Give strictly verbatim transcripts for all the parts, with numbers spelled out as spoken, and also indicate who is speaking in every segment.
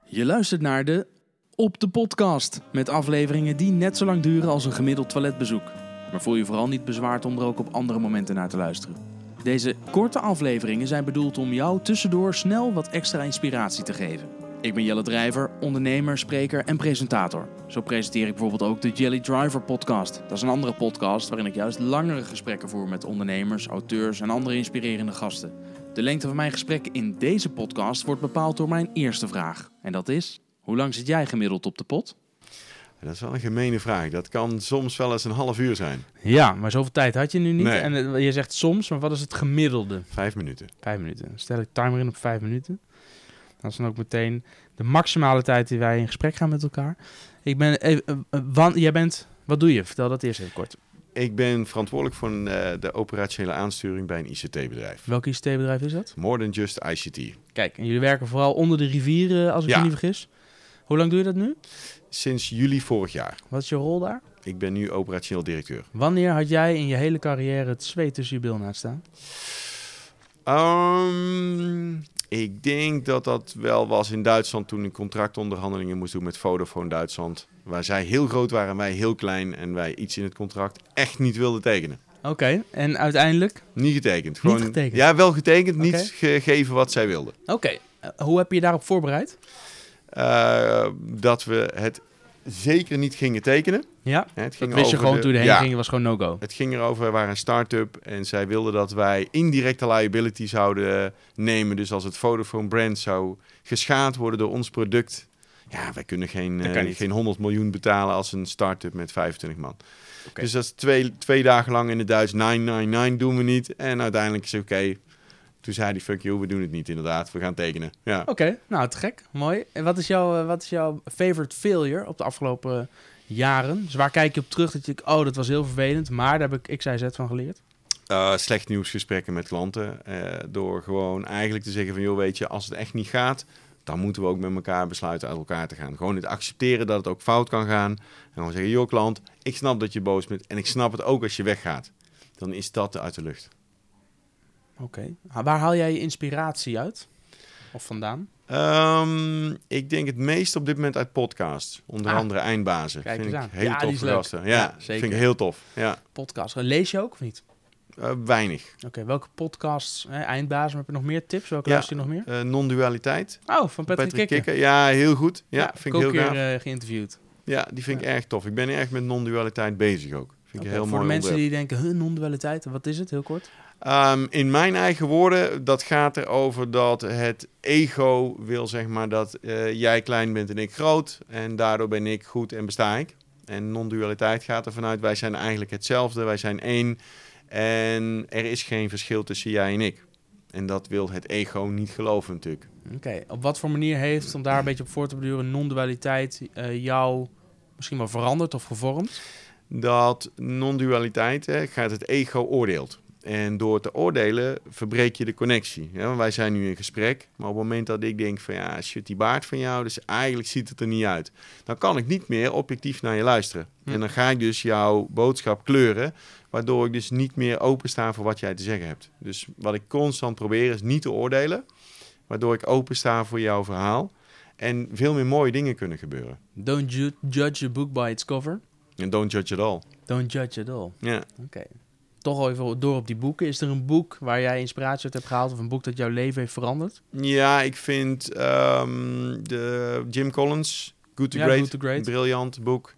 Speaker 1: Je luistert naar de Op de Podcast, met afleveringen die net zo lang duren als een gemiddeld toiletbezoek. Maar voel je vooral niet bezwaard om er ook op andere momenten naar te luisteren. Deze korte afleveringen zijn bedoeld om jou tussendoor snel wat extra inspiratie te geven. Ik ben Jelle Drijver, ondernemer, spreker en presentator. Zo presenteer ik bijvoorbeeld ook de Jelly Driver podcast. Dat is een andere podcast waarin ik juist langere gesprekken voer met ondernemers, auteurs en andere inspirerende gasten. De lengte van mijn gesprek in deze podcast wordt bepaald door mijn eerste vraag. En dat is, hoe lang zit jij gemiddeld op de pot?
Speaker 2: Dat is wel een gemene vraag. Dat kan soms wel eens een half uur zijn.
Speaker 1: Ja, maar zoveel tijd had je nu niet.
Speaker 2: Nee.
Speaker 1: En uh, je zegt soms, maar wat is het gemiddelde?
Speaker 2: Vijf minuten.
Speaker 1: Vijf minuten. Stel ik timer in op vijf minuten. Dat is dan ook meteen de maximale tijd die wij in gesprek gaan met elkaar. Ik ben, uh, uh, wan, jij bent, wat doe je? Vertel dat eerst even kort.
Speaker 2: Ik ben verantwoordelijk voor uh, de operationele aansturing bij een I C T-bedrijf.
Speaker 1: Welk I C T-bedrijf is dat?
Speaker 2: More Than Just I C T.
Speaker 1: Kijk, en jullie werken vooral onder de rivieren, als ik
Speaker 2: Ja.
Speaker 1: me niet vergis. Hoe lang doe je dat nu?
Speaker 2: Sinds juli vorig jaar.
Speaker 1: Wat is je rol daar?
Speaker 2: Ik ben nu operationeel directeur.
Speaker 1: Wanneer had jij in je hele carrière het zweet tussen je bilnaad staan?
Speaker 2: Um, ik denk dat dat wel was in Duitsland toen ik contractonderhandelingen moest doen met Vodafone Duitsland. Waar zij heel groot waren en wij heel klein en wij iets in het contract echt niet wilden tekenen.
Speaker 1: Oké, okay. En uiteindelijk?
Speaker 2: Niet getekend.
Speaker 1: Niet getekend?
Speaker 2: Ja, wel getekend,
Speaker 1: Okay.
Speaker 2: niet gegeven wat zij wilden.
Speaker 1: Oké, okay. uh, hoe heb je je daarop voorbereid?
Speaker 2: Uh, dat we het zeker niet gingen tekenen.
Speaker 1: Ja,
Speaker 2: het ging
Speaker 1: dat wist je gewoon
Speaker 2: de,
Speaker 1: toen je heen
Speaker 2: ja,
Speaker 1: ging, was gewoon no-go.
Speaker 2: Het ging erover, we waren een start-up en zij wilden dat wij indirecte liability zouden nemen. Dus als het Vodafone brand zou geschaad worden door ons product. Ja, wij kunnen geen, uh, geen honderd miljoen betalen als een start-up met vijfentwintig man. Okay. Dus dat is twee, twee dagen lang in het Duits, nine nine nine doen we niet. En uiteindelijk is het oké. Okay. Toen zei hij, fuck you, we doen het niet inderdaad. We gaan tekenen. Ja.
Speaker 1: Oké, okay, nou te gek. Mooi. En wat is, jouw, wat is jouw favorite failure op de afgelopen jaren? Dus waar kijk je op terug dat je oh, dat was heel vervelend, maar daar heb ik X Y Z van geleerd?
Speaker 2: Uh, slecht nieuwsgesprekken met klanten. Uh, door gewoon eigenlijk te zeggen van, joh, weet je, als het echt niet gaat, dan moeten we ook met elkaar besluiten uit elkaar te gaan. Gewoon het accepteren dat het ook fout kan gaan. En dan zeggen, joh klant, ik snap dat je boos bent en ik snap het ook als je weggaat. Dan is dat uit de lucht.
Speaker 1: Oké. Okay. Waar haal jij je inspiratie uit? Of vandaan?
Speaker 2: Um, ik denk het meest op dit moment uit podcasts. Onder ah, andere Eindbazen.
Speaker 1: Kijk
Speaker 2: vind
Speaker 1: eens
Speaker 2: ik
Speaker 1: aan.
Speaker 2: hele
Speaker 1: ja,
Speaker 2: toffe gasten. Ja,
Speaker 1: ja, zeker.
Speaker 2: Vind ik heel tof. Ja.
Speaker 1: Podcast. Lees je ook of niet?
Speaker 2: Uh, weinig.
Speaker 1: Oké, okay, welke podcasts? Eh, Eindbazen, heb je nog meer tips? Welke ja, luister je nog meer?
Speaker 2: Uh, non-dualiteit.
Speaker 1: Oh, van Patrick, Patrick Kikker. Kikker.
Speaker 2: Ja, heel goed. Ja,
Speaker 1: ja
Speaker 2: vind ik heel gaaf.
Speaker 1: keer uh, geïnterviewd.
Speaker 2: Ja, die vind ja. ik erg tof. Ik ben erg met non-dualiteit bezig ook. Vind
Speaker 1: okay,
Speaker 2: ik heel
Speaker 1: voor
Speaker 2: mooi
Speaker 1: de mensen
Speaker 2: onderwerp.
Speaker 1: die denken, huh, non-dualiteit, wat is het? Heel kort.
Speaker 2: Um, in mijn eigen woorden, dat gaat erover dat het ego wil zeg maar dat uh, jij klein bent en ik groot. En daardoor ben ik goed en besta ik. En non-dualiteit gaat er vanuit, wij zijn eigenlijk hetzelfde, wij zijn één. En er is geen verschil tussen jij en ik. En dat wil het ego niet geloven natuurlijk.
Speaker 1: Oké, okay. Op wat voor manier heeft, om daar een beetje op voor te beduren, non-dualiteit uh, jou misschien wel veranderd of gevormd?
Speaker 2: Dat non-dualiteit hè, gaat het ego oordeelt. En door te oordelen verbreek je de connectie. Ja, wij zijn nu in gesprek, maar op het moment dat ik denk van ja, shit die baard van jou, dus eigenlijk ziet het er niet uit. Dan kan ik niet meer objectief naar je luisteren. Hm. En dan ga ik dus jouw boodschap kleuren, waardoor ik dus niet meer opensta voor wat jij te zeggen hebt. Dus wat ik constant probeer is niet te oordelen, waardoor ik opensta voor jouw verhaal. En veel meer mooie dingen kunnen gebeuren.
Speaker 1: Don't ju- judge a book by its cover.
Speaker 2: En don't judge at all.
Speaker 1: Don't judge at all.
Speaker 2: Ja.
Speaker 1: Oké. Okay. Toch even door op die boeken. Is er een boek waar jij inspiratie uit hebt gehaald of een boek dat jouw leven heeft veranderd?
Speaker 2: Ja, ik vind um, de Jim Collins, Good to,
Speaker 1: ja,
Speaker 2: Great,
Speaker 1: Good to Great,
Speaker 2: briljant boek.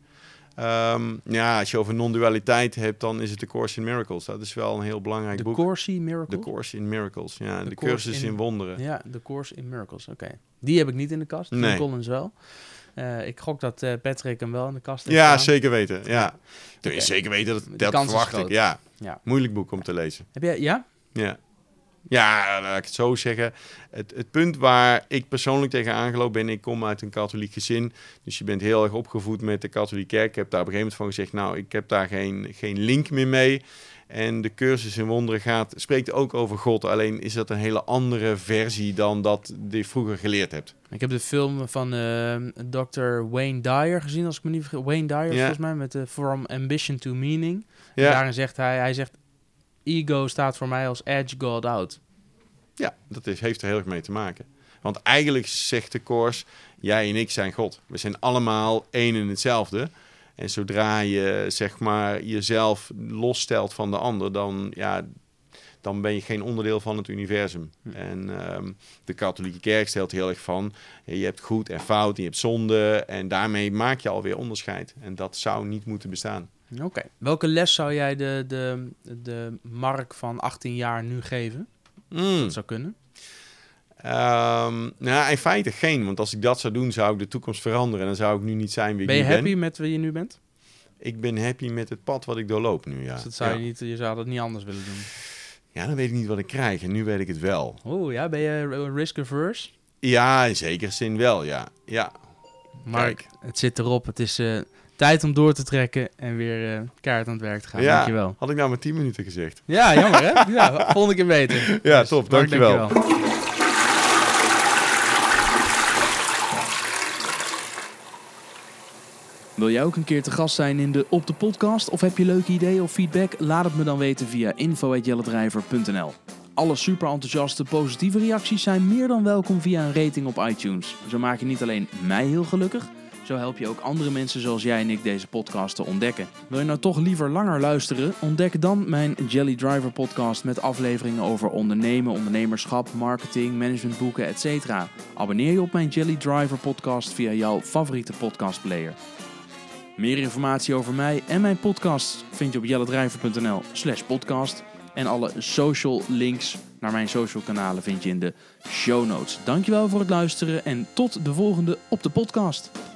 Speaker 2: Um, ja, als je over non-dualiteit hebt, dan is het The Course in Miracles. Dat is wel een heel belangrijk
Speaker 1: The
Speaker 2: boek.
Speaker 1: The Course in Miracles?
Speaker 2: The Course in Miracles, ja.
Speaker 1: The
Speaker 2: de cursus in, in wonderen.
Speaker 1: Ja, The Course in Miracles, oké. Okay. Die heb ik niet in de kast, Jim
Speaker 2: nee.
Speaker 1: Collins wel. Uh, ik gok dat uh, Patrick hem wel in de kast heeft
Speaker 2: Ja,
Speaker 1: staan.
Speaker 2: zeker weten, ja. ja.
Speaker 1: Okay.
Speaker 2: Zeker weten, dat, dat verwacht ik, ja. ja. Moeilijk boek om te lezen.
Speaker 1: Heb jij, ja?
Speaker 2: Ja. Ja, laat ik het zo zeggen. Het, het punt waar ik persoonlijk tegen aangelopen ben, ik kom uit een katholiek gezin, dus je bent heel erg opgevoed met de katholieke kerk. Ik heb daar op een gegeven moment van gezegd, nou, ik heb daar geen, geen link meer mee. En de cursus in wonderen gaat, spreekt ook over God. Alleen is dat een hele andere versie dan dat je vroeger geleerd hebt.
Speaker 1: Ik heb de film van uh, dokter Wayne Dyer gezien, als ik me niet vergis. Wayne Dyer, ja. volgens mij, met uh, From Ambition to Meaning. Ja. En daarin zegt hij, hij zegt, ego staat voor mij als edge God out.
Speaker 2: Ja, dat is, heeft er heel erg mee te maken. Want eigenlijk zegt de course, jij en ik zijn God. We zijn allemaal één en hetzelfde. En zodra je zeg maar jezelf losstelt van de ander, dan, ja, dan ben je geen onderdeel van het universum. Hm. En um, de katholieke kerk stelt heel erg van, je hebt goed en fout, je hebt zonde. En daarmee maak je alweer onderscheid. En dat zou niet moeten bestaan.
Speaker 1: Oké. Okay. Welke les zou jij de, de, de Mark van achttien jaar nu geven? Mm. Dat zou kunnen.
Speaker 2: Um, nou, in feite geen. Want als ik dat zou doen, zou ik de toekomst veranderen. En dan zou ik nu niet zijn wie
Speaker 1: ben
Speaker 2: ik nu ben.
Speaker 1: Ben je happy met wie je nu bent?
Speaker 2: Ik ben happy met het pad wat ik doorloop nu, ja.
Speaker 1: Dus dat zou
Speaker 2: ja.
Speaker 1: je, niet, je zou dat niet anders willen doen?
Speaker 2: Ja, dan weet ik niet wat ik krijg. En nu weet ik het wel.
Speaker 1: Oh ja, ben je risk-averse?
Speaker 2: Ja, in zekere zin wel, ja. ja.
Speaker 1: Mark, Kijk. Het zit erop. Het is uh, tijd om door te trekken en weer uh, keihard aan het werk te gaan.
Speaker 2: Ja,
Speaker 1: dankjewel.
Speaker 2: Had ik nou maar tien minuten gezegd.
Speaker 1: Ja, jammer hè? Ja, volgende keer beter.
Speaker 2: Ja, dus, top. Mark, dankjewel. dankjewel.
Speaker 1: Wil jij ook een keer te gast zijn in de Op de Podcast? Of heb je leuke ideeën of feedback? Laat het me dan weten via info at jellendrijver punt n l. Alle super enthousiaste positieve reacties zijn meer dan welkom via een rating op iTunes. Zo maak je niet alleen mij heel gelukkig, zo help je ook andere mensen zoals jij en ik deze podcast te ontdekken. Wil je nou toch liever langer luisteren? Ontdek dan mijn Jelly Driver podcast met afleveringen over ondernemen, ondernemerschap, marketing, managementboeken, et cetera. Abonneer je op mijn Jelly Driver podcast via jouw favoriete podcastplayer. Meer informatie over mij en mijn podcast vind je op jellendrijver punt n l slash podcast. En alle social links naar mijn social kanalen vind je in de show notes. Dankjewel voor het luisteren en tot de volgende Op de Podcast.